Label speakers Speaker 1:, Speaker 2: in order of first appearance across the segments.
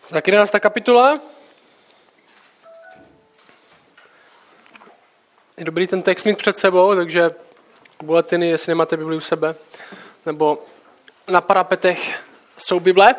Speaker 1: Tak 11. kapitola. Je dobrý ten text mít před sebou, takže bulletiny, jestli nemáte Bibli u sebe, nebo na parapetech jsou Bible.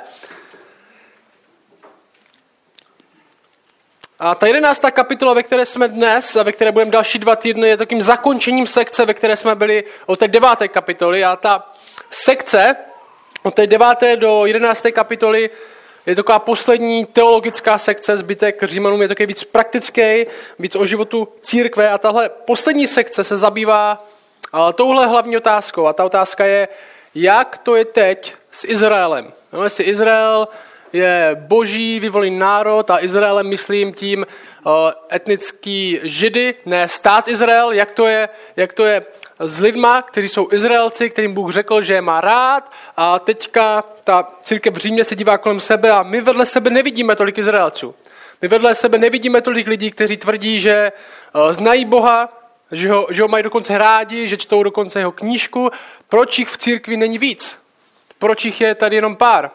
Speaker 1: A ta 11. kapitola, ve které jsme dnes a ve které budeme další 2 týdny, je takým zakončením sekce, ve které jsme byli od té 9. kapitoly. A ta sekce od té 9. do 11. kapitoly je taková poslední teologická sekce, zbytek Římanům je takový víc praktický, víc o životu církve. A tahle poslední sekce se zabývá touhle hlavní otázkou. A ta otázka je, jak to je teď s Izraelem. No, jestli Izrael je boží vyvolený národ a Izraelem myslím tím etnický Židy, ne stát Izrael, jak to je s lidma, kteří jsou Izraelci, kterým Bůh řekl, že je má rád a teďka ta církev v Římě se dívá kolem sebe a my vedle sebe nevidíme tolik Izraelců. My vedle sebe nevidíme tolik lidí, kteří tvrdí, že znají Boha, že ho mají dokonce rádi, že čtou dokonce jeho knížku. Proč jich v církvi není víc? Proč jich je tady jenom pár?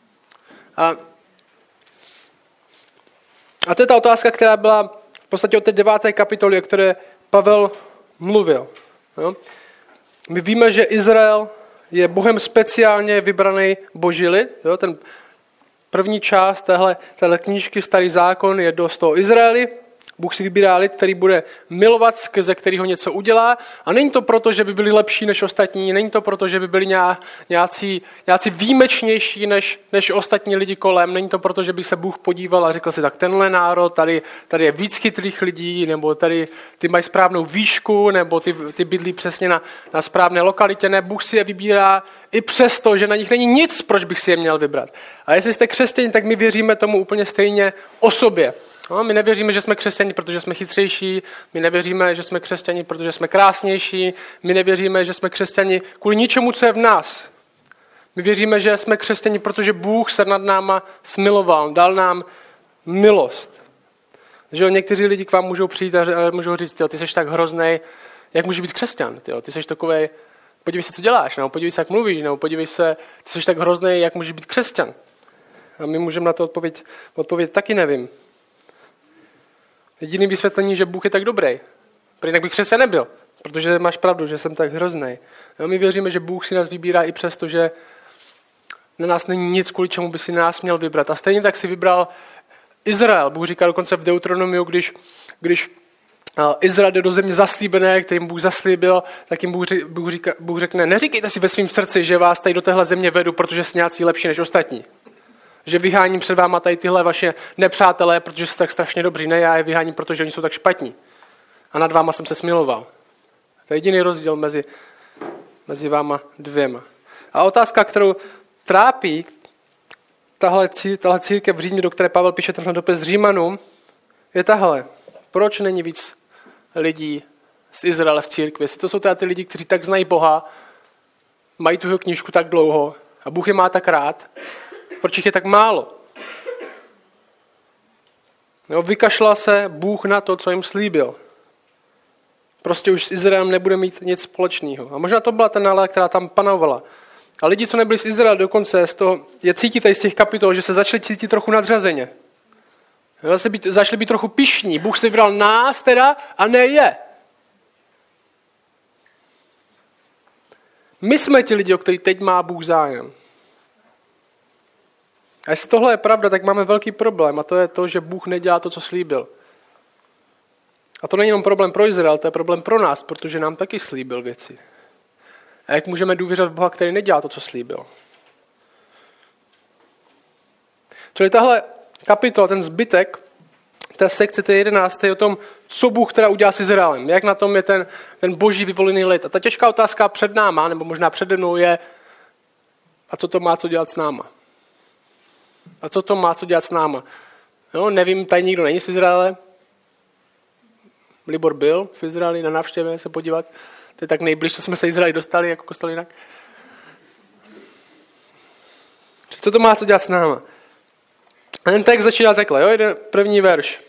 Speaker 1: A to je ta otázka, která byla v podstatě od té 9. kapitoly, o které Pavel mluvil. Jo? My víme, že Izrael je Bohem speciálně vybraný boží lid. Jo? Ten první část téhle knížky Starý zákon je dost toho Izraeli. Bůh si vybírá lid, který bude milovat, skrze kterého něco udělá. A není to proto, že by byli lepší než ostatní, není to proto, že by byli nějací výjimečnější než ostatní lidi kolem, není to proto, že by se Bůh podíval a řekl si, tak tenhle národ, tady je víc chytrých lidí, nebo tady ty mají správnou výšku, nebo ty bydlí přesně na správné lokalitě. Ne, Bůh si je vybírá i přesto, že na nich není nic, proč bych si je měl vybrat. A jestli jste křesťané, tak my věříme tomu úplně stejně o sobě. No, my nevěříme, že jsme křesťané, protože jsme chytřejší, my nevěříme, že jsme křesťané, protože jsme krásnější, my nevěříme, že jsme křesťané kvůli ničemu, co je v nás. My věříme, že jsme křesťané, protože Bůh se nad náma smiloval, dal nám milost. Že někteří lidi k vám můžou přijít a můžou říct, ty jsi tak hroznej, jak můžeš být křesťan? Ty jsi takovej, podívej se, co děláš, nebo podívej se, jak mluvíš, nebo podívej se, ty jsi tak hroznej, jak můžeš být křesťan? A my můžeme na to odpovědět taky nevím. Jediný vysvětlení, že Bůh je tak dobrý. Protože jinak bych křesťan nebyl, protože máš pravdu, že jsem tak hrozný. A my věříme, že Bůh si nás vybírá i přesto, že na nás není nic, kvůli čemu by si nás měl vybrat. A stejně tak si vybral Izrael. Bůh říká dokonce v Deuteronomiu, když Izrael jde do země zaslíbené, kterým Bůh zaslíbil, tak jim Bůh řekne, neříkejte si ve svém srdci, že vás tady do téhle země vedu, protože jste nějací lepší než ostatní. Že vyháním před váma tady tyhle vaše nepřátelé, protože jste tak strašně dobří. Ne, já je vyháním, protože oni jsou tak špatní. A nad váma jsem se smiloval. To je jediný rozdíl mezi váma dvěma. A otázka, kterou trápí tahle církev v Římě, do které Pavel píše tenhle dopis Římanům, je tahle. Proč není víc lidí z Izraele v církvi? Jestli to jsou ty lidi, kteří tak znají Boha, mají tu jeho knížku tak dlouho a Bůh je má tak rád, proč jich je tak málo? Vykašlal se Bůh na to, co jim slíbil. Prostě už s Izraelem nebude mít nic společného. A možná to byla ta nálada, která tam panovala. A lidi, co nebyli z Izraele dokonce, z toho je cítíte z těch kapitol, že se začali cítit trochu nadřazeně. Začali být trochu pyšní. Bůh si vybral nás teda a ne je. My jsme ti lidi, o který teď má Bůh zájem. A jestli tohle je pravda, tak máme velký problém a to je to, že Bůh nedělá to, co slíbil. A to není jenom problém pro Izrael, to je problém pro nás, protože nám taky slíbil věci. A jak můžeme důvěřovat v Boha, který nedělá to, co slíbil? Čili tahle kapitola, ten zbytek té sekce, té 11. je o tom, co Bůh teda udělá s Izraelem. Jak na tom je ten boží vyvolený lid. A ta těžká otázka před náma, nebo možná přede mnou je, a co to má co dělat s náma? A co to má co dělat s náma? No, nevím, tady nikdo není z Izraele. Libor byl v Izraeli na návštěvě se podívat. To je tak nejbliž, co jsme se Izraeli dostali, jako kostel jinak. Co to má co dělat s náma? A ten text začíná takhle, jo? Jde první verš.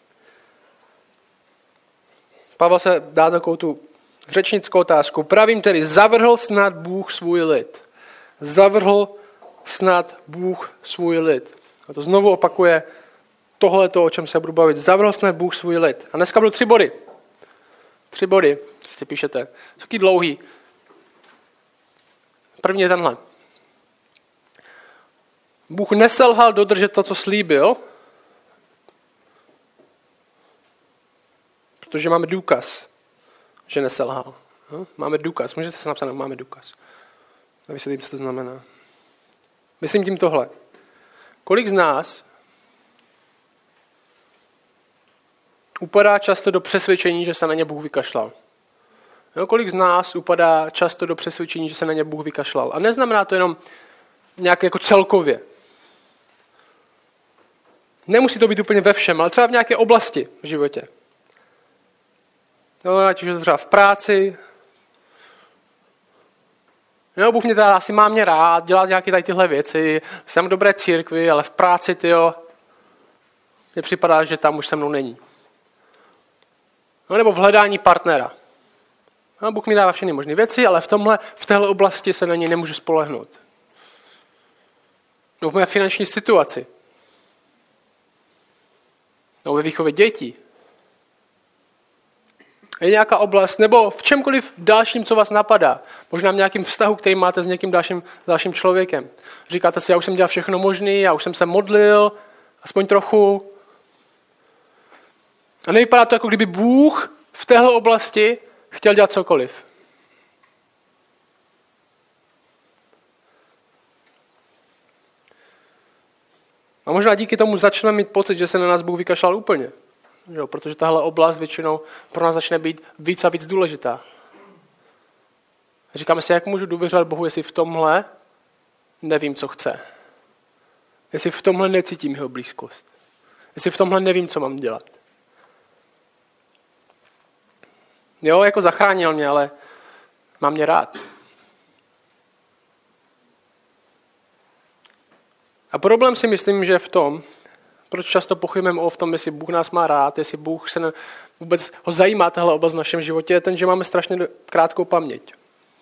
Speaker 1: Pavel se dá takovou tu řečnickou otázku. Pravím tedy, zavrhl snad Bůh svůj lid. Zavrhl snad Bůh svůj lid. A to znovu opakuje tohleto, o čem se budu bavit. Zavrhosne Bůh svůj lid. A dneska budou 3 body. 3 body, si píšete. Jsou taky dlouhý. První je tenhle. Bůh neselhal dodržet to, co slíbil, protože máme důkaz, že neselhal. Máme důkaz. Můžete se napsat, máme důkaz. A vysvětlím, co to znamená. Myslím tím tohle. Kolik z nás upadá často do přesvědčení, že se na ně Bůh vykašlal? Kolik z nás upadá často do přesvědčení, že se na ně Bůh vykašlal? A neznamená to jenom nějak jako celkově. Nemusí to být úplně ve všem, ale třeba v nějaké oblasti v životě. Ať už je to třeba v práci. Bůh mě teda asi má mě rád, dělat nějaké tady tyhle věci. Jsem v dobré církvi, ale v práci, mně připadá, že tam už se mnou není. Nebo v hledání partnera. Bůh mi dává všechny možné věci, ale v téhle oblasti se na něj nemůžu spolehnout. Nebo v mé finanční situaci. Nebo ve výchově dětí. Je nějaká oblast, nebo v čemkoliv dalším, co vás napadá. Možná v nějakém vztahu, který máte s někým dalším člověkem. Říkáte si, já už jsem dělal všechno možné, já už jsem se modlil, aspoň trochu. A nevypadá to, jako kdyby Bůh v téhle oblasti chtěl dělat cokoliv. A možná díky tomu začneme mít pocit, že se na nás Bůh vykašlal úplně. Protože tahle oblast většinou pro nás začne být víc a víc důležitá. Říkáme si, jak můžu důvěřovat Bohu, jestli v tomhle nevím, co chce. Jestli v tomhle necítím jeho blízkost. Jestli v tomhle nevím, co mám dělat. Jako zachránil mě, ale mám mě rád. A problém si myslím, že je v tom, proč často pochybujeme v tom, jestli Bůh nás má rád, jestli Bůh se vůbec ho zajímá tahle oblast v našem životě, je ten, že máme strašně krátkou paměť.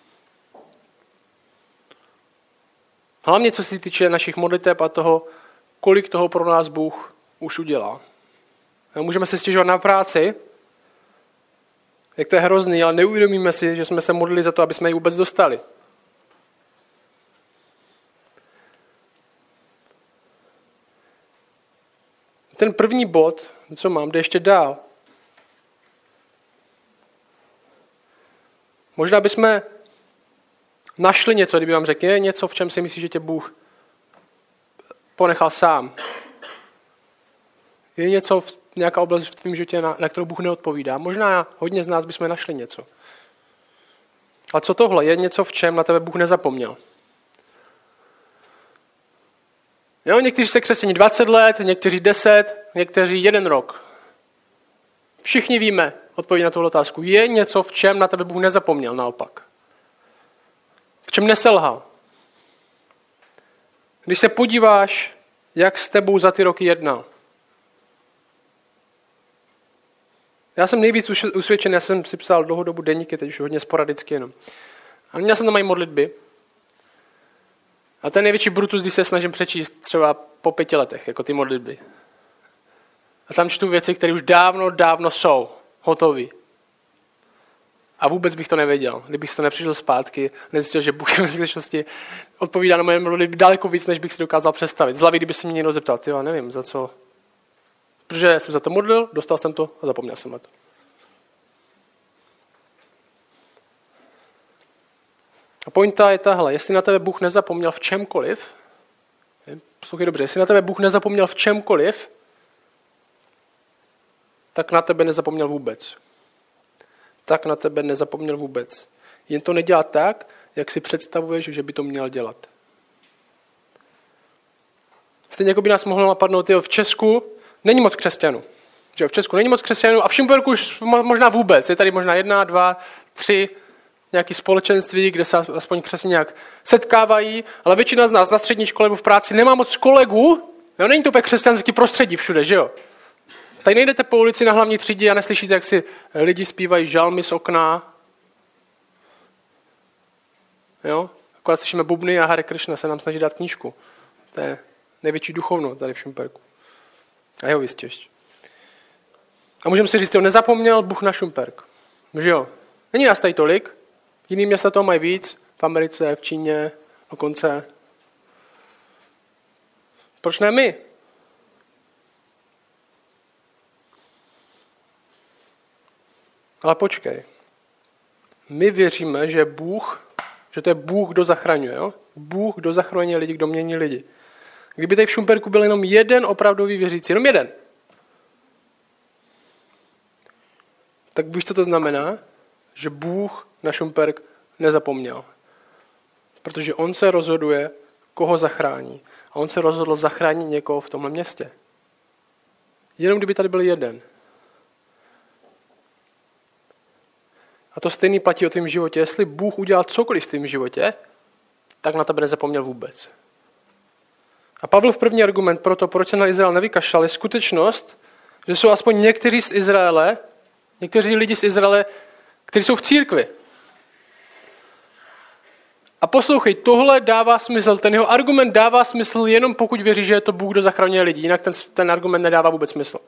Speaker 1: Hlavně co se týče našich modliteb a toho, kolik toho pro nás Bůh už udělal. Můžeme se stěžovat na práci, jak to je hrozný, ale neuvědomíme si, že jsme se modlili za to, aby jsme ji vůbec dostali. Ten první bod, co mám, jde ještě dál. Možná bychom našli něco, kdyby vám řekl, je něco, v čem si myslíš, že tě Bůh ponechal sám. Je něco, nějaká oblast v tvém životě, na kterou Bůh neodpovídá. Možná hodně z nás bychom našli něco. A co tohle? Je něco, v čem na tebe Bůh nezapomněl. Někteří se křesťaní 20 let, někteří 10, někteří 1 rok. Všichni víme odpověď na tuhle otázku. Je něco, v čem na tebe Bůh nezapomněl naopak. V čem neselhal. Když se podíváš, jak s tebou za ty roky jednal. Já jsem nejvíc usvědčen, já jsem si psal dlouhou dobu deníky, teď už hodně sporadicky jenom. A měl jsem tam mají modlitby. A ten největší brutus, když se snažím přečíst třeba po 5 letech, jako ty modlitby. A tam čtu věci, které už dávno jsou hotové. A vůbec bych to nevěděl, kdybych si to nepřišel zpátky, nezjistil, že Bůh ve skutečnosti odpovídá na moje modlitby daleko víc, než bych si dokázal představit. Z hlavy, kdyby se mě někdo zeptal, já nevím, za co. Protože jsem za to modlil, dostal jsem to a zapomněl jsem na to. A pointa je tahle, jestli na tebe Bůh nezapomněl v čemkoliv, poslouchej dobře, jestli na tebe Bůh nezapomněl v čemkoliv, tak na tebe nezapomněl vůbec. Tak na tebe nezapomněl vůbec. Jen to nedělá tak, jak si představuješ, že by to měl dělat. Stejně jako by nás mohlo napadnout, v Česku není moc křesťanů. V Česku není moc křesťanů a v Šumperku už možná vůbec. Je tady možná 1, 2, 3 nějaké společenství, kde se aspoň křesťané nějak setkávají, ale většina z nás na střední škole nebo v práci nemá moc kolegů. Není to úplně křesťanský prostředí všude, že jo? Tady nejdete po ulici na hlavní třídě a neslyšíte, jak si lidi zpívají žalmy z okna. Jo? Akorát slyšíme bubny a Hare Krishna se nám snaží dát knížku. To je největší duchovno tady v Šumperku. A jeho vystěžť. A můžeme si říct, jo, nezapomněl Bůh na Šumperk. Že jo? Není nás tady tolik. Jiný města toho mají víc. V Americe, v Číně, dokonce. Proč ne my? Ale počkej. My věříme, že že to je Bůh, kdo zachraňuje. Jo? Bůh, kdo zachraňuje lidi, kdo mění lidi. Kdyby tady v Šumperku byl jenom jeden opravdový věřící, jenom jeden, tak víš, co to znamená? Že Bůh na Šumperk nezapomněl. Protože on se rozhoduje, koho zachrání. A on se rozhodl zachránit někoho v tomhle městě. Jenom kdyby tady byl jeden. A to stejný platí o tvém životě. Jestli Bůh udělal cokoliv v tvém životě, tak na tebe nezapomněl vůbec. A Pavel v první argument pro to, proč se na Izrael nevykašlal, je skutečnost, že jsou aspoň někteří z Izraele, někteří lidi z Izraele, kteří jsou v církvi. A poslouchej, tohle dává smysl, ten jeho argument dává smysl jenom pokud věří, že je to Bůh, kdo zachraňuje lidi, jinak ten argument nedává vůbec smysl.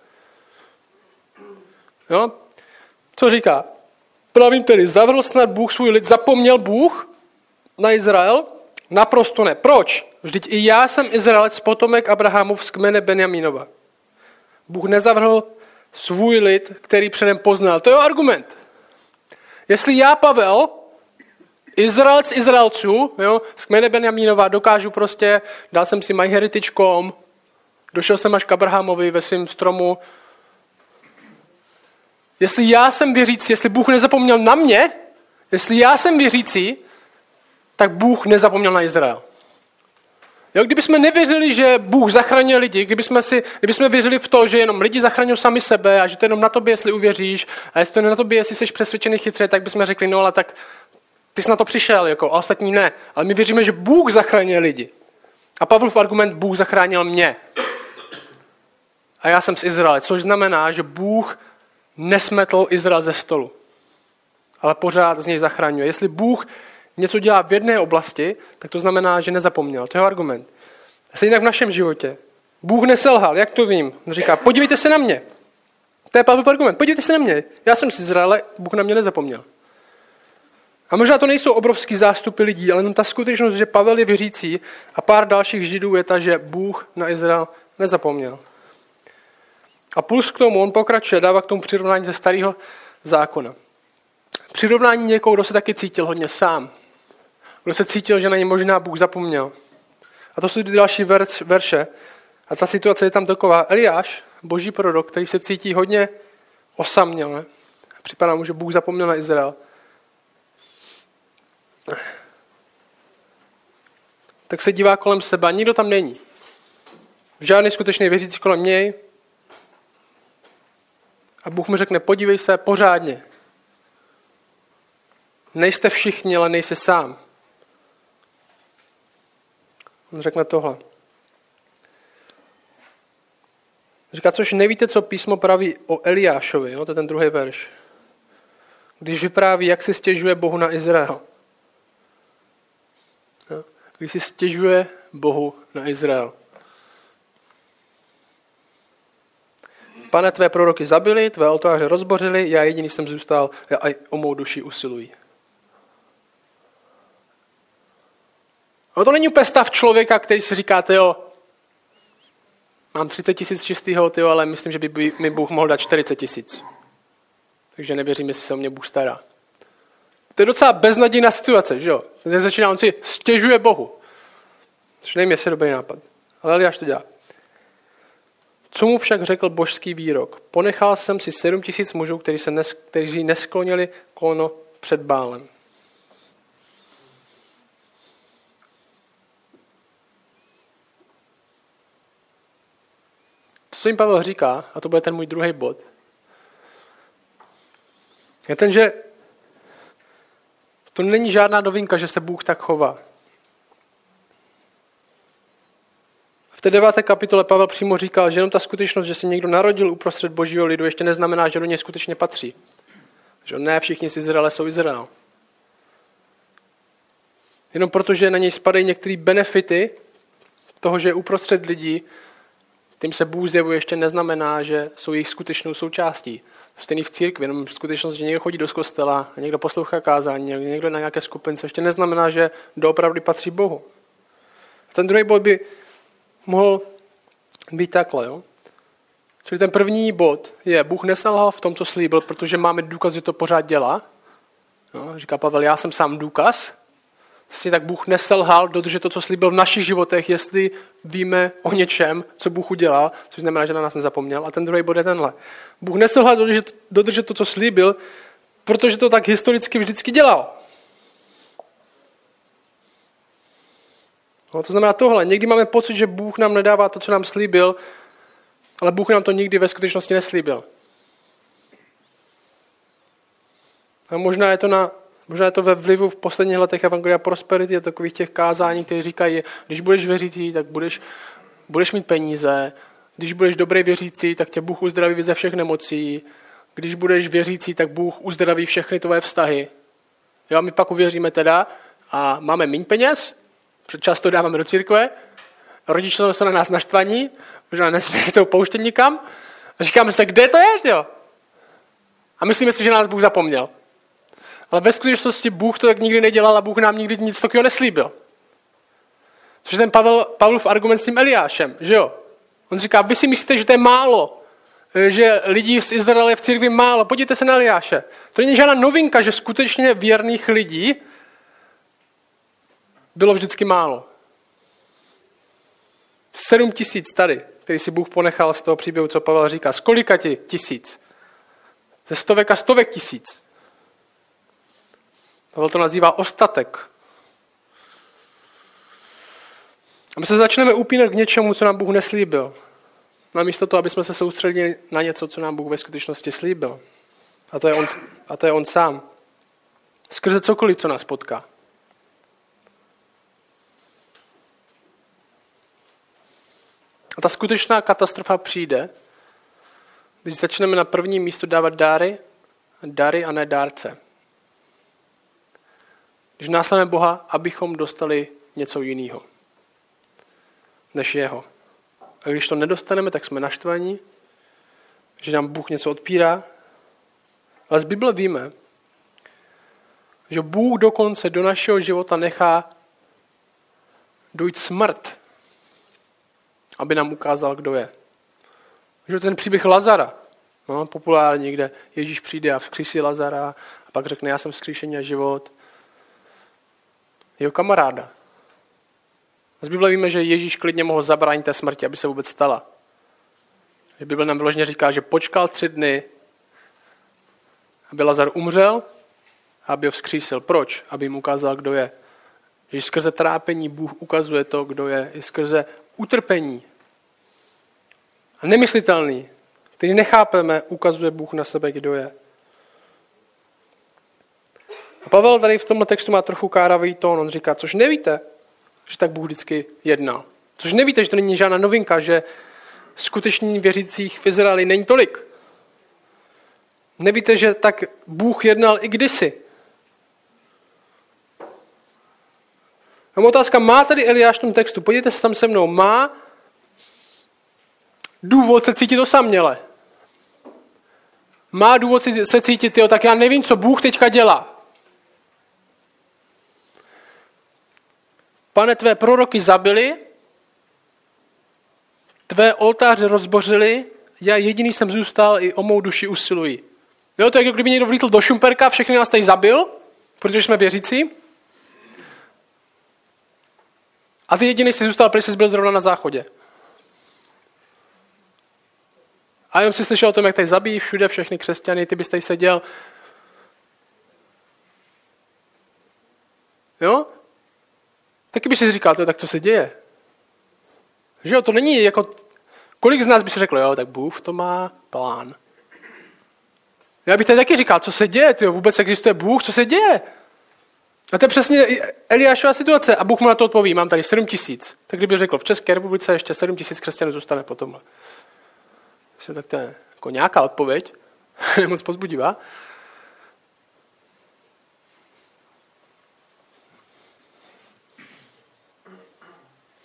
Speaker 1: Jo? Co říká? Pravím tedy, zavrhl snad Bůh svůj lid, zapomněl Bůh na Izrael? Naprosto ne. Proč? Vždyť i já jsem Izraelec, potomek Abrahamův z kmene Benjamínova. Bůh nezavrhl svůj lid, který předem poznal. To je argument. Jestli já, Pavel, Izraelec Izraelců, jo, z kmene Benjamínova, dokážu prostě, dal jsem si myheritage.com, došel jsem až k Abrahamovi ve svém stromu. Jestli já jsem věřící, jestli Bůh nezapomněl na mě, jestli já jsem věřící, tak Bůh nezapomněl na Izrael. Jo, kdybychom nevěřili, že Bůh zachraňuje lidi, kdybychom věřili v to, že jenom lidi zachraňují sami sebe a že to je jenom na tobě, jestli uvěříš, a jestli to je na tobě, jestli jsi přesvědčený chytře, tak bychom řekli, no ale tak ty jsi na to přišel, jako, a ostatní ne. Ale my věříme, že Bůh zachraňuje lidi. A Pavlův argument, Bůh zachránil mě. A já jsem z Izraele, což znamená, že Bůh nesmetl Izrael ze stolu. Ale pořád z něj zachraňuje. Jestli Bůh něco dělá v jedné oblasti, tak to znamená, že nezapomněl. To je argument. Stejně tak v našem životě. Bůh neselhal, jak to vím? On říká, podívejte se na mě. To je Pavlův argument. Podívejte se na mě. Já jsem z Izraele, Bůh na mě nezapomněl. A možná to nejsou obrovský zástupy lidí, ale jenom ta skutečnost, že Pavel je věřící a pár dalších Židů je ta, že Bůh na Izrael nezapomněl. A plus k tomu, on pokračuje, dává k tomu přirovnání ze Starého zákona. Přirovnání někoho, kdo se taky cítil hodně sám. Kdo se cítil, že na něj možná Bůh zapomněl. A to jsou další verše. A ta situace je tam taková. Eliáš, boží prorok, který se cítí hodně osaměle. Připadá mu, že Bůh zapomněl na Izrael. Tak se dívá kolem sebe a nikdo tam není. Žádný skutečný věřící kolem něj. A Bůh mu řekne, podívej se pořádně. Nejste všichni, ale nejsi sám. On řekne tohle. Říká, což nevíte, co písmo praví o Eliášovi, jo? To je ten druhý verš. Když vypráví, jak si stěžuje Bohu na Izrael. Jo? Když si stěžuje Bohu na Izrael. Pane, tvé proroky zabili, tvé oltáře rozbořili, já jediný jsem zůstal a o mou duši usilují. No to není úplně stav člověka, který si říká, jo, mám 30 000 čistýho, ale myslím, že by mi Bůh mohl dát 40 000. Takže nevěřím, jestli se o mě Bůh stará. To je docela beznadějná situace, že jo? Teď začíná, on si stěžuje Bohu. Což nevím, jestli je dobrý nápad. Ale Eliáš to dělá. Co mu však řekl božský výrok? Ponechal jsem si 7 000 mužů, kteří nesklonili kolono před Bálem. Co jim Pavel říká, a to bude ten můj druhý bod, je ten, že to není žádná novinka, že se Bůh tak chová. V té 9. kapitole Pavel přímo říkal, že jenom ta skutečnost, že se někdo narodil uprostřed božího lidu, ještě neznamená, že do něj skutečně patří. Že ne všichni z Izraele jsou Izrael. Jenom protože na něj spadají některé benefity toho, že je uprostřed lidí, tím se Bůh zjevuje, ještě neznamená, že jsou jejich skutečnou součástí. Stejný v církvi, jenom skutečnost, že někdo chodí do kostela a někdo poslouchá kázání, někdo na nějaké skupince, ještě neznamená, že doopravdy patří Bohu. A ten druhý bod by mohl být takhle. Jo? Čili ten první bod je, Bůh neselhal v tom, co slíbil, protože máme důkaz, že to pořád dělá. No, říká Pavel, já jsem sám důkaz. Vlastně tak Bůh neselhal dodržet to, co slíbil v našich životech, jestli víme o něčem, co Bůh udělal, což znamená, že na nás nezapomněl. A ten druhý bod je tenhle. Bůh neselhal dodržet to, co slíbil, protože to tak historicky vždycky dělal. No, to znamená tohle. Někdy máme pocit, že Bůh nám nedává to, co nám slíbil, ale Bůh nám to nikdy ve skutečnosti neslíbil. A možná je to ve vlivu v posledních letech Evangelia Prosperity a takových těch kázání, které říkají, když budeš věřící, tak budeš mít peníze, když budeš dobrý věřící, tak tě Bůh uzdraví ze všech nemocí, když budeš věřící, tak Bůh uzdraví všechny tvoje vztahy. Jo, a my pak uvěříme teda a máme méně peněz, často dáváme do církve, rodiče jsou na nás naštvaní, že nás nechcou pouštět nikam a říkáme si, tak kde to je, jo? A myslíme si, že nás Bůh zapomněl. Ale ve skutečnosti Bůh to tak nikdy nedělal a Bůh nám nikdy nic takového neslíbil. Což je ten Pavlův argument s tím Eliášem, že jo? On říká, vy si myslíte, že to je málo, že lidí z Izraele v církvi málo, podívejte se na Eliáše. To není žádná novinka, že skutečně věrných lidí bylo vždycky málo. 7 000 tady, který si Bůh ponechal z toho příběhu, co Pavel říká. Z kolika ti 1000? Ze stovek a stovek tisíc. Pavel to nazývá ostatek. A my se začneme upínat k něčemu, co nám Bůh neslíbil. Namísto toho, aby jsme se soustředili na něco, co nám Bůh ve skutečnosti slíbil. A to je on sám. Skrze cokoliv, co nás potká. A ta skutečná katastrofa přijde, když začneme na první místo dávat dary a ne dárce. Když následujeme Boha, abychom dostali něco jiného než jeho. A když to nedostaneme, tak jsme naštvaní, že nám Bůh něco odpírá. Ale z Bible víme, že Bůh dokonce do našeho života nechá dojít smrt, aby nám ukázal, kdo je. Že ten příběh Lazara, no, populární, kde Ježíš přijde a vzkřísí Lazara a pak řekne, já jsem vzkříšení a život. Jeho kamaráda. Z Bible víme, že Ježíš klidně mohl zabránit té smrti, aby se vůbec stala. Bible nám vyloženě říká, že počkal 3 dny, aby Lazar umřel a aby ho vzkřísil. Proč? Aby jim ukázal, kdo je. Že skrze trápení Bůh ukazuje to, kdo je. I skrze utrpení. A nemyslitelný, který nechápeme, ukazuje Bůh na sebe, kdo je. A Pavel tady v tomhle textu má trochu káravý tón. On říká, což nevíte, že tak Bůh vždycky jednal. Což nevíte, že to není žádná novinka, že skutečných věřících v Izraeli není tolik. Nevíte, že tak Bůh jednal i kdysi. A otázka, má tady Eliáš v tom textu, podívejte se tam se mnou, má důvod se cítit osaměle. Má důvod se cítit, jo, tak já nevím, co Bůh teďka dělá. Pane, tvé proroky zabili, tvé oltáře rozbořili, já jediný jsem zůstal, i o mou duši usiluji. Jo, to je jako kdyby někdo vlítl do Šumperka, všechny nás tady zabil, protože jsme věřící. A ty jediný jsi zůstal, protože jsi byl zrovna na záchodě. A jenom si slyšel o tom, jak tady zabijí všude všechny křesťany, ty bys tady seděl. Jo? Taky by si říkal, tak co se děje? Že jo, to není jako... Kolik z nás by si řekl, jo, tak Bůh to má plán. Já bych tady taky říkal, co se děje, tyjo, vůbec existuje Bůh, co se děje? A to je přesně Eliášova situace a Bůh mu na to odpoví, mám tady 7 000. Tak kdyby řekl, v České republice ještě 7 000 křesťanů zůstane po tomhle. Tak to je jako nějaká odpověď, nemoc povzbudivá.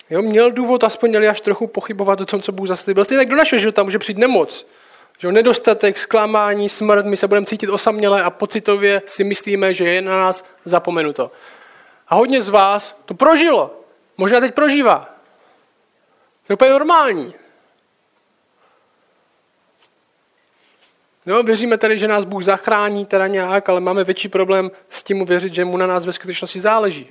Speaker 1: Jo, měl důvod aspoň až trochu pochybovat o tom, co Bůh zaslíbil. Stejně tak do našeho života může přijít nemoc. Že nedostatek, zklamání, smrt, my se budeme cítit osamělé a pocitově si myslíme, že je na nás zapomenuto. A hodně z vás to prožilo. Možná teď prožívá. To je úplně normální. No, věříme tady, že nás Bůh zachrání teda nějak, ale máme větší problém s tím uvěřit, že mu na nás ve skutečnosti záleží.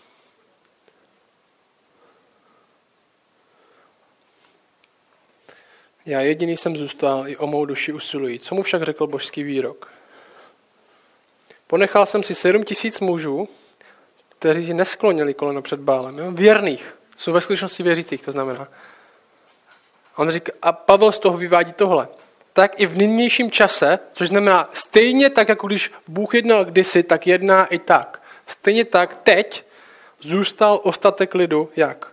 Speaker 1: Já jediný jsem zůstal, i o mou duši usilují. Co mu však řekl božský výrok? Ponechal jsem si 7 000 mužů, kteří nesklonili koleno před Bálem. Jo? Věrných. Jsou ve skutečnosti věřících, to znamená. On říká, a Pavel z toho vyvádí tohle. Tak i v nynějším čase, což znamená stejně tak, jako když Bůh jednal kdysi, tak jedná i tak. Stejně tak teď zůstal ostatek lidu jak?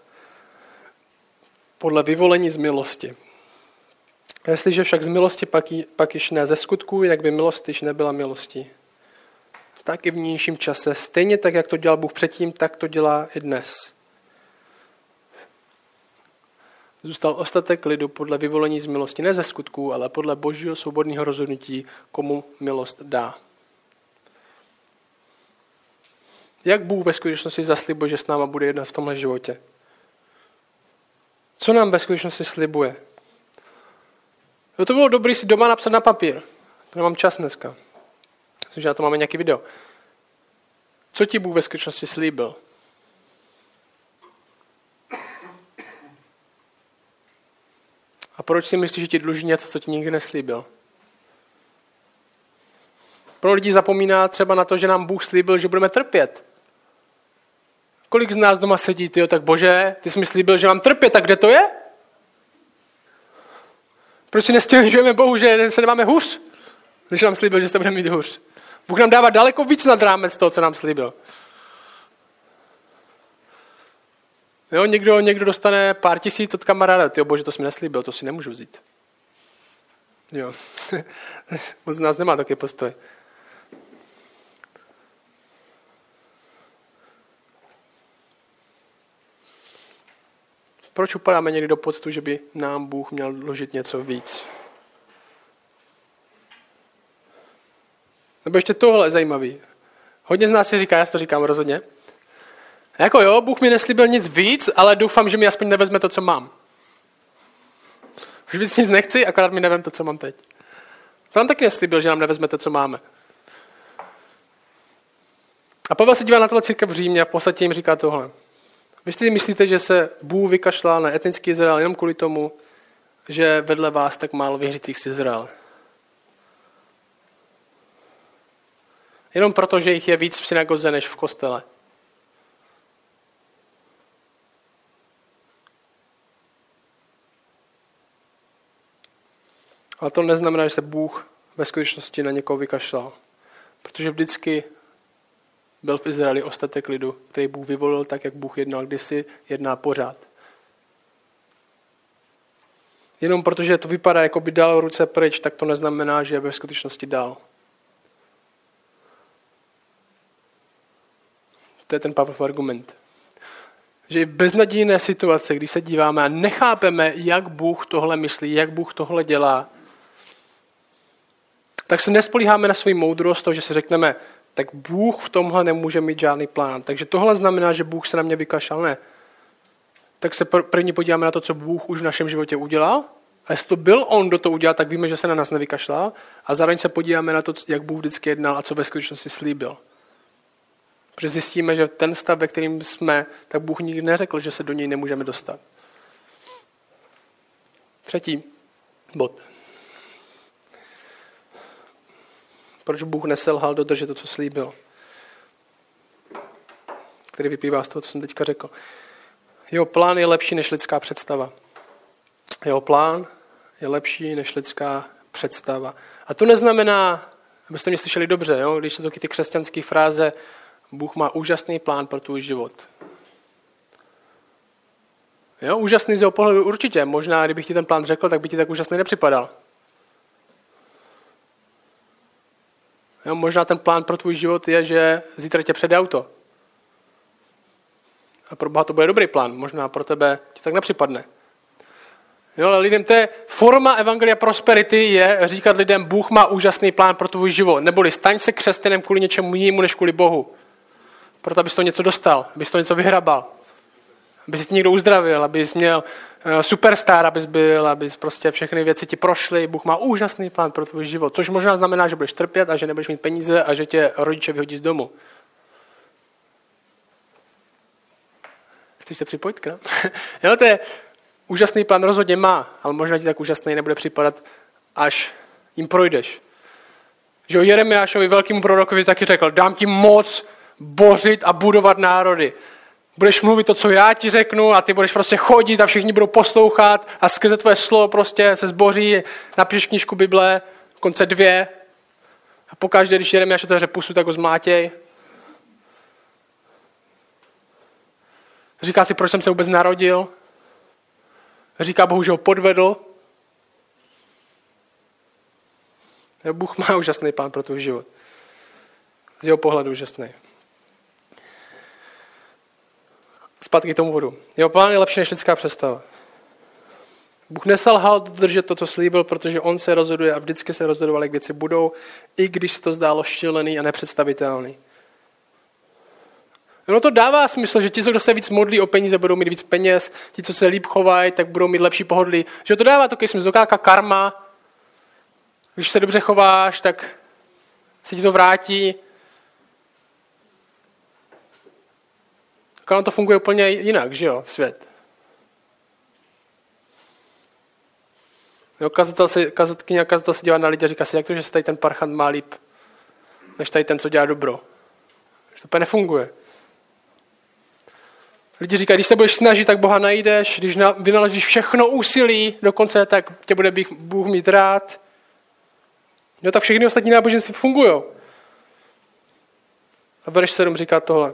Speaker 1: Podle vyvolení z milosti. Jestliže však z milosti pak již ne ze skutků, jak by milost již nebyla milostí. Tak i v nynějším čase, stejně tak, jak to dělal Bůh předtím, tak to dělá i dnes. Zůstal ostatek lidu podle vyvolení z milosti, ne ze skutků, ale podle božího svobodného rozhodnutí, komu milost dá. Jak Bůh ve skutečnosti zaslibuje, že s náma bude jednat v tomhle životě? Co nám ve skutečnosti slibuje? No to bylo dobré si doma napsat na papír. To nemám čas dneska. Myslím, že na to máme nějaký video. Co ti Bůh ve skutečnosti slíbil? A proč si myslíš, že ti dluží něco, co ti nikdy neslíbil? Pro lidí zapomíná třeba na to, že nám Bůh slíbil, že budeme trpět. Kolik z nás doma sedí, tyjo, tak Bože, ty jsi mi slíbil, že mám trpět, tak kde to je? Proč si nestěžujeme Bohu, že se nemáme hůř? Když nám slíbil, že se budeme mít hůř. Bůh nám dává daleko víc nad rámec toho, co nám slíbil. Jo, někdo dostane pár tisíc od kamaráda. Tyjo, Bože, to jsi mi neslíbil, to si nemůžu vzít. Jo. Moc z nás nemá takový postoj. Proč upadáme někdy do pocitu, že by nám Bůh měl dlužit něco víc? Nebo ještě tohle je zajímavý. Hodně z nás si říká, já si to říkám rozhodně. Jako jo, Bůh mi neslíbil nic víc, ale doufám, že mi aspoň nevezme to, co mám. Už víc nic nechci, akorát mi nevem to, co mám teď. To nám taky neslíbil, že nám nevezme to, co máme. A Pavel se dívá na tohle církev v Římě a v podstatě jim říká tohle. Vy si myslíte, že se Bůh vykašlal na etnický Izrael jenom kvůli tomu, že vedle vás tak málo věřících z Izraele. Jenom proto, že jich je víc v synagoze než v kostele. Ale to neznamená, že se Bůh ve skutečnosti na někoho vykašlal. Protože vždycky byl v Izraeli ostatek lidu, který Bůh vyvolil tak, jak Bůh jednal kdysi, jedná pořád. Jenom protože to vypadá, jako by dal ruce pryč, tak to neznamená, že je ve skutečnosti dal. To je ten Pavlov argument. Že i v beznadějné situace, když se díváme a nechápeme, jak Bůh tohle myslí, jak Bůh tohle dělá, tak se nespolíháme na svou moudrost, to, že si řekneme, tak Bůh v tomhle nemůže mít žádný plán. Takže tohle znamená, že Bůh se na mě vykašlal. Ne. Tak se první podíváme na to, co Bůh už v našem životě udělal. A jestli to byl on, kdo to udělal, tak víme, že se na nás nevykašlal. A zároveň se podíváme na to, jak Bůh vždycky jednal a co ve skutečnosti slíbil. Protože zjistíme, že ten stav, ve kterým jsme, tak Bůh nikdy neřekl, že se do něj nemůžeme dostat. Třetí bod. Proč Bůh neselhal dodržet to, co slíbil? Který vyplývá z toho, co jsem teďka řekl. Jeho plán je lepší než lidská představa. Jeho plán je lepší než lidská představa. A to neznamená, abyste mě slyšeli dobře, jo? Když jsou taky ty křesťanské fráze, Bůh má úžasný plán pro tvůj život. Jo? Úžasný z jeho pohledu určitě. Možná, kdybych ti ten plán řekl, tak by ti tak úžasný nepřipadal. Jo? Možná ten plán pro tvůj život je, že zítra tě přede auto. A pro Boha to bude dobrý plán, možná pro tebe ti tak nepřipadne. Jo, ale lidem to je forma evangelia prosperity je říkat lidem, Bůh má úžasný plán pro tvůj život. Neboli staň se křesťanem kvůli něčemu jinému než kvůli Bohu. Proto abys to něco dostal, abys to něco vyhrabal. Aby si tě někdo uzdravil, abys měl superstar, abys byl, abys prostě všechny věci ti prošly. Bůh má úžasný plán pro tvůj život, což možná znamená, že budeš trpět a že nebudeš mít peníze a že tě rodiče vyhodí z domu. Chceš se připojit k nám? Jo, to je úžasný plán, rozhodně má, ale možná ti tak úžasný nebude připadat, až jim projdeš. Že o Jeremiášovi, velkému prorokovi, taky řekl, dám ti moc bořit a budovat národy. Budeš mluvit to, co já ti řeknu a ty budeš prostě chodit a všichni budou poslouchat a skrze tvoje slovo prostě se zboří, napíšeš knížku Bible, konce 2 a pokaždé, když Jeremiáš otevře pusu, tak ho zmlátěj. Říká si, proč jsem se vůbec narodil. Říká Bohu, že ho podvedl. Bůh má úžasný plán pro tvůj život. Z jeho pohledu úžasný. Zpátky k tomu bodu. Jeho plán je lepší než lidská představa. Bůh neselhal dodržet to, co slíbil, protože on se rozhoduje a vždycky se rozhodoval, jak věci budou, i když se to zdálo šílený a nepředstavitelný. No to dává smysl, že ti, kdo se víc modlí o peníze, budou mít víc peněz, ti, co se líp chovají, tak budou mít lepší pohodlí. Že to dává takový smysl, taková karma. Když se dobře chováš, tak se ti to vrátí. Tak to funguje úplně jinak, že jo, svět. Jo, kazatel se dívá na lidi a říká si, jak to, že se tady ten parchant má líp, než tady ten, co dělá dobro. Že to úplně nefunguje. Lidi říkají, když se budeš snažit, tak Boha najdeš, když vynaložíš všechno úsilí dokonce, tak tě bude Bůh mít rád. No tak všechny ostatní náboženství fungují. A verš 7 říká tohle.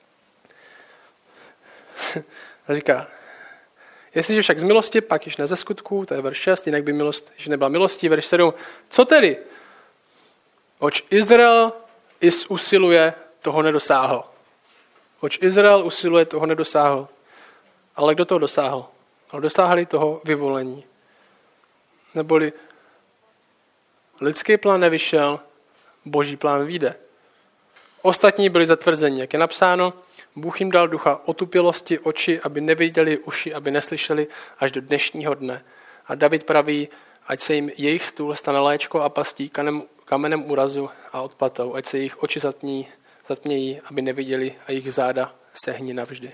Speaker 1: A říká, jestliže však z milosti, pak již ne ze skutků, to je verš 6, jinak by milost, že nebyla milostí, verš 7. Co tedy? Oč Izrael usiluje, toho nedosáhl. Oč Izrael usiluje, toho nedosáhl. Ale kdo toho dosáhl? Ale dosáhli toho vyvolení. Neboli lidský plán nevyšel, boží plán vyjde. Ostatní byli zatvrzeni, jak je napsáno, Bůh jim dal ducha otupělosti, oči, aby neviděli, uši, aby neslyšeli až do dnešního dne. A David praví, ať se jim jejich stůl stane léčkou a pastí, kamenem úrazu a odplatou, ať se jejich oči zatmějí, aby neviděli a jejich záda sehní navždy.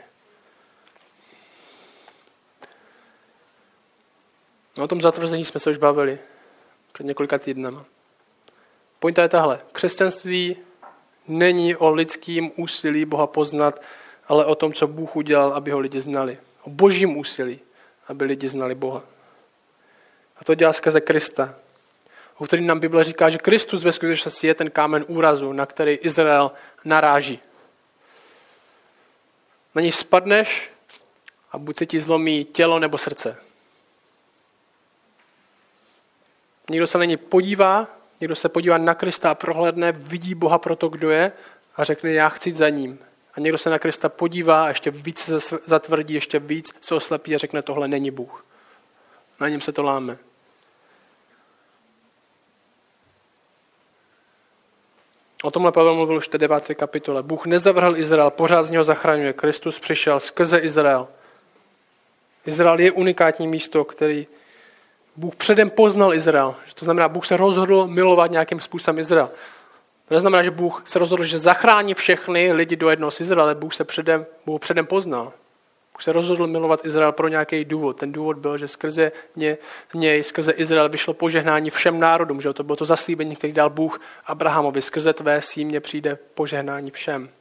Speaker 1: No, o tom zatvrzení jsme se už bavili před několika týdnama. Pointa je tahle. Křesťanství není o lidském úsilí Boha poznat, ale o tom, co Bůh udělal, aby ho lidi znali. O božím úsilí, aby lidi znali Boha. A to dělá skrze Krista, o kterém nám Bible říká, že Kristus ve skutečnosti je ten kámen úrazu, na který Izrael naráží. Na něj spadneš a buď se ti zlomí tělo nebo srdce. Někdo se na něj podívá, někdo se podívá na Krista a prohlédne, vidí Boha pro to, kdo je a řekne, já chci jít za ním. A někdo se na Krista podívá a ještě víc se zatvrdí, ještě víc se oslepí a řekne, tohle není Bůh. Na něm se to láme. O tomhle Pavel mluvil už v té 9. kapitole. Bůh nezavrhl Izrael, pořád z něho zachraňuje. Kristus přišel skrze Izrael. Izrael je unikátní místo, který Bůh předem poznal Izrael. To znamená, Bůh se rozhodl milovat nějakým způsobem Izrael. To neznamená, že Bůh se rozhodl, že zachrání všechny lidi do jednoho z Izraele. Bůh předem poznal. Bůh se rozhodl milovat Izrael pro nějaký důvod. Ten důvod byl, že skrze něj, skrze Izrael vyšlo požehnání všem národům. Že to bylo to zaslíbení, který dal Bůh Abrahamovi. Skrze tvé símě přijde požehnání všem.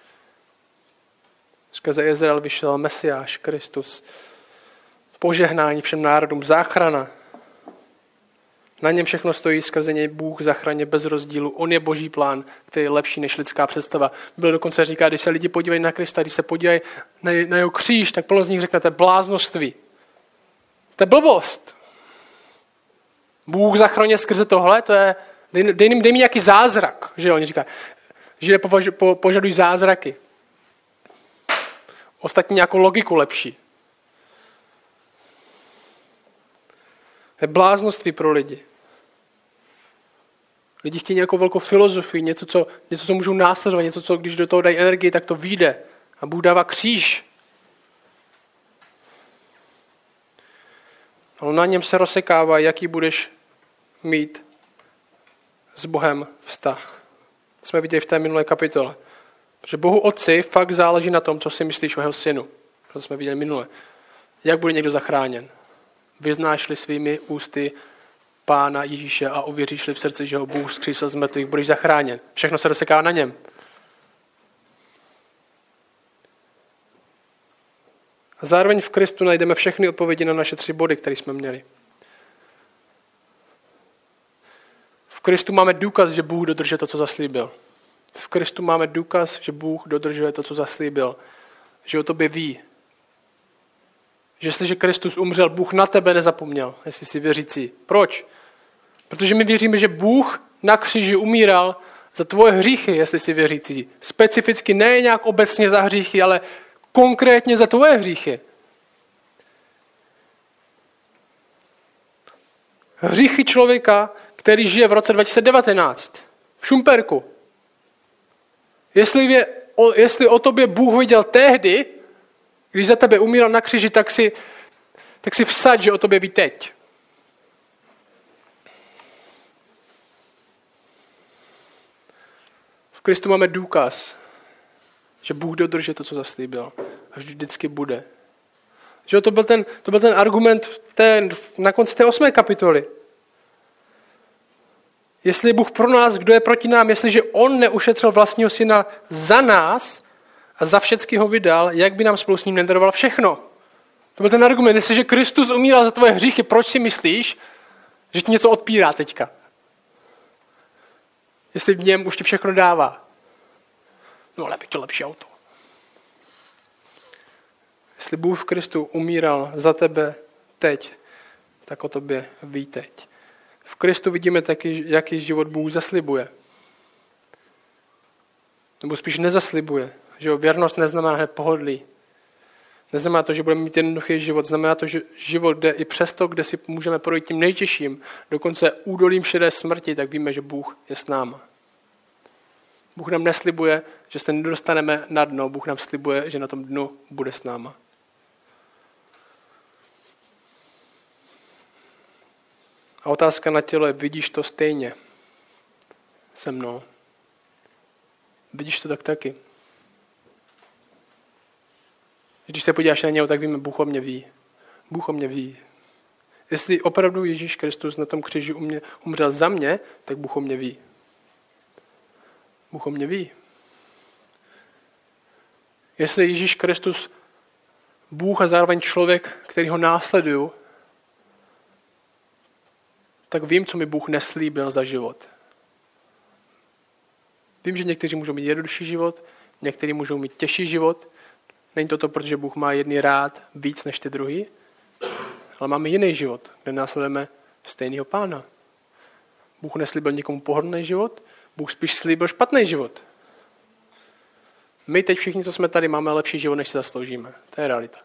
Speaker 1: Skrze Izrael vyšel Mesiáš, Kristus. Požehnání všem národům, záchrana. Na něm všechno stojí, skrze něj Bůh zachraně bez rozdílu. On je boží plán, který je lepší než lidská představa. Bible dokonce říká, když se lidi podívají na Krista, když se podívají na jeho kříž, tak plno z nich řekne, to je bláznoství. To je blbost. Bůh zachraně skrze tohle, to je, dej mi nějaký zázrak, že oni říkají. Židé požadují zázraky. ostatní nějakou logiku lepší. Je bláznoství pro lidi. Lidi chtějí nějakou velkou filozofii, něco, co můžou následovat, něco, co když do toho dají energii, tak to vyjde. A Bůh dává kříž. Ale na něm se rozsekává, jaký budeš mít s Bohem vztah. Jsme viděli v té minulé kapitole. Protože Bohu Otci fakt záleží na tom, co si myslíš o jeho synu. To jsme viděli minule. Jak bude někdo zachráněn? Vyznáš-li svými ústy Pána Ježíše a uvěříš-li v srdci, že ho Bůh vzkřísil z mrtvých, budeš zachráněn. Všechno se rozseká na něm. A zároveň v Kristu najdeme všechny odpovědi na naše 3 body, které jsme měli. V Kristu máme důkaz, že Bůh dodržuje to, co zaslíbil. V Kristu máme důkaz, že Bůh dodržuje to, co zaslíbil. Že o tobě ví. Že jestliže Kristus umřel, Bůh na tebe nezapomněl, jestli jsi věřící. Proč? Protože my věříme, že Bůh na kříži umíral za tvoje hříchy, jestli jsi věřící. Specificky ne nějak obecně za hříchy, ale konkrétně za tvoje hříchy. Hříchy člověka, který žije v roce 2019. V Šumperku. Jestli o tobě Bůh viděl tehdy, když za tebe umíral na kříži, tak si vsaď, že o tobě ví teď. V Kristu máme důkaz, že Bůh dodrží to, co zaslíbil. A vždycky bude. Že to byl ten argument na konci té 8. kapitoly. Jestli je Bůh pro nás, kdo je proti nám, jestliže on neušetřil vlastního syna za nás a za všecky ho vydal, jak by nám spolu s ním nedaroval všechno? To byl ten argument. Jestliže Kristus umíral za tvoje hříchy, proč si myslíš, že ti něco odpírá teďka? Jestli v něm už ti všechno dává. No ale by to lepší auto. Jestli Bůh v Kristu umíral za tebe teď, tak o tobě ví teď. V Kristu vidíme taky, jaký život Bůh zaslibuje. Nebo spíš nezaslibuje. Že věrnost neznamená hned pohodlí. Neznamená to, že budeme mít jednoduchý život. Znamená to, že život jde i přesto, kde si můžeme projít tím nejtěžším, dokonce údolím šedé smrti, tak víme, že Bůh je s náma. Bůh nám neslibuje, že se nedostaneme na dno. Bůh nám slibuje, že na tom dnu bude s náma. A otázka na tělo je, vidíš to stejně se mnou? Vidíš to tak taky? Když se podíváš na něho, tak víme, Bůh o mě ví. Bůh o mě ví. Jestli opravdu Ježíš Kristus na tom kříži umřel za mě, tak Bůh o mě ví. Bůh o mě ví. Jestli Ježíš Kristus, Bůh a zároveň člověk, který ho následuju, tak vím, co mi Bůh neslíbil za život. Vím, že někteří můžou mít jednodušší život, někteří můžou mít těžší život. Není to, protože Bůh má jedný rád víc než ty druhý, ale máme jiný život, kde následujeme stejného Pána. Bůh neslíbil nikomu pohodlný život, Bůh spíš slíbil špatný život. My teď všichni, co jsme tady, máme lepší život, než si zasloužíme. To je realita.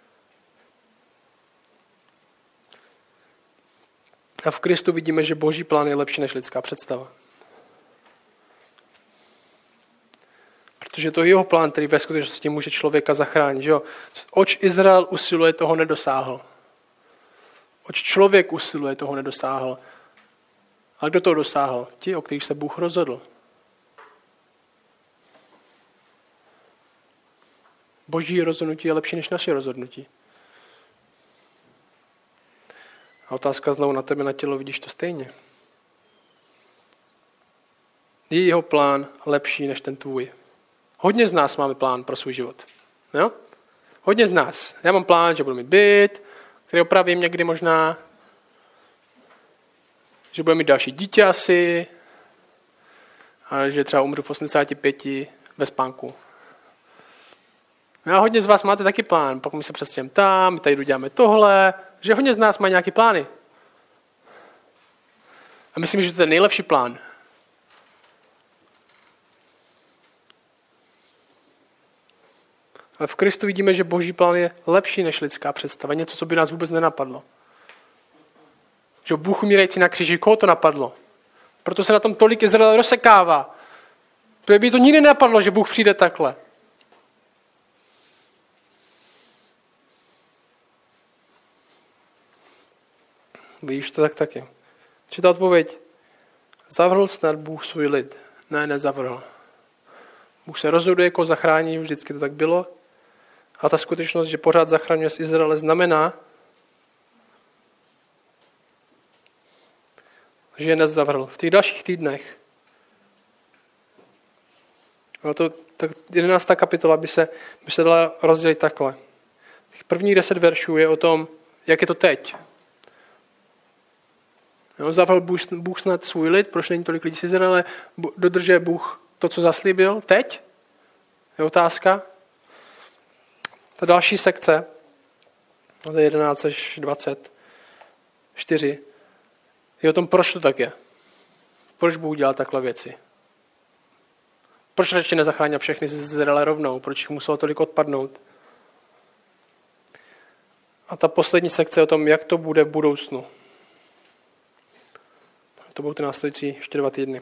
Speaker 1: A v Kristu vidíme, že Boží plán je lepší než lidská představa. Protože to je jeho plán, který ve skutečnosti může člověka zachránit. Že jo? Oč Izrael usiluje, toho nedosáhl. Oč člověk usiluje, toho nedosáhl. Ale kdo toho dosáhl? Ti, o kterých se Bůh rozhodl. Boží rozhodnutí je lepší než naše rozhodnutí. A otázka znovu na tebe, na tělo, vidíš to stejně. Je jeho plán lepší než ten tvůj? Hodně z nás máme plán pro svůj život. Jo? Hodně z nás. Já mám plán, že budu mít byt, který opravím někdy možná, že budu mít další dítě asi a že třeba umřu v 85 ve spánku. No a hodně z vás máte taky plán, pak my se přestěhujeme tam, my tady děláme tohle, že hodně z nás má nějaký plány. A myslím, že to je nejlepší plán. Ale v Kristu vidíme, že boží plán je lepší než lidská představa. Něco, co by nás vůbec nenapadlo. Že Bůh umírající na kříži, koho to napadlo? Proto se na tom tolik Izrael rozsekává. Protože by to nikdy nenapadlo, že Bůh přijde takhle. Vidíš to tak taky. Či ta odpověď? Zavrhl snad Bůh svůj lid? Ne, nezavrhl. Bůh se rozhoduje, jako zachrání, vždycky to tak bylo. A ta skutečnost, že pořád zachraňuje z Izraele, znamená, že je nezavrhl. V těch dalších týdnech. No to, tak 11. kapitola by se dala rozdělit takhle. Těch prvních 10 veršů je o tom, jak je to teď. No, zavrhl Bůh snad svůj lid, proč není tolik lidí z Izraele, dodržuje Bůh to, co zaslíbil teď? Je otázka. Ta další sekce, to je 11 až 24, je o tom, proč to tak je. Proč Bůh dělal takhle věci. Proč radši nezachránil všechny z Izraele rovnou? Proč jich muselo tolik odpadnout? A ta poslední sekce je o tom, jak to bude v budoucnu. To budou ty následující ještě 2 týdny.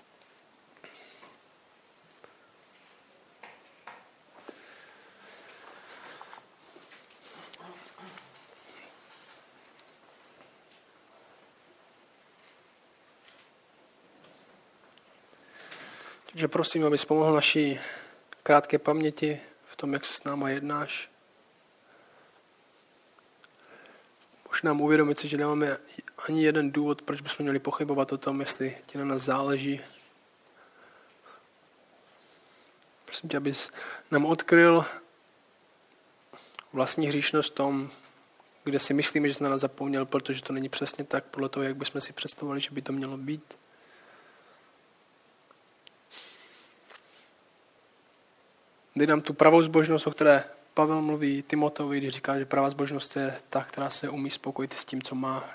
Speaker 1: Takže prosím, abys pomohl naší krátké paměti v tom, jak se s náma jednáš. Už nám uvědomit si, že nemáme ani jeden důvod, proč bychom měli pochybovat o tom, jestli ti na nás záleží. Prosím tě, abys nám odkryl vlastní hříšnost v tom, kde si myslíme, že jsi na nás zapomněl, protože to není přesně tak, podle toho, jak bychom si představovali, že by to mělo být. Dej nám tu pravou zbožnost, o které Pavel mluví Timoteovi, když říká, že pravá zbožnost je ta, která se umí spokojit s tím, co má.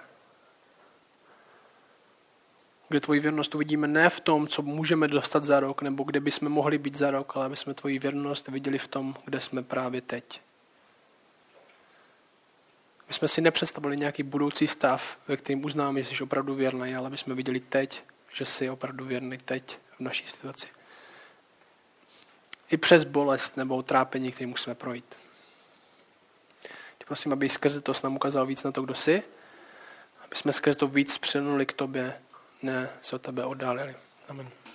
Speaker 1: Kde tvoji věrnost uvidíme ne v tom, co můžeme dostat za rok, nebo kde bychom mohli být za rok, ale aby jsme tvoji věrnost viděli v tom, kde jsme právě teď. My jsme si nepředstavili nějaký budoucí stav, ve kterým uznáme, že jsi opravdu věrný, ale aby jsme viděli teď, že jsi opravdu věrný teď v naší situaci. I přes bolest nebo trápení, který musíme projít. Prosím, aby skrze to nám ukázal víc na to, kdo jsi, aby jsme skrze to víc přilnuli k tobě, ne se od tebe oddálili. Amen.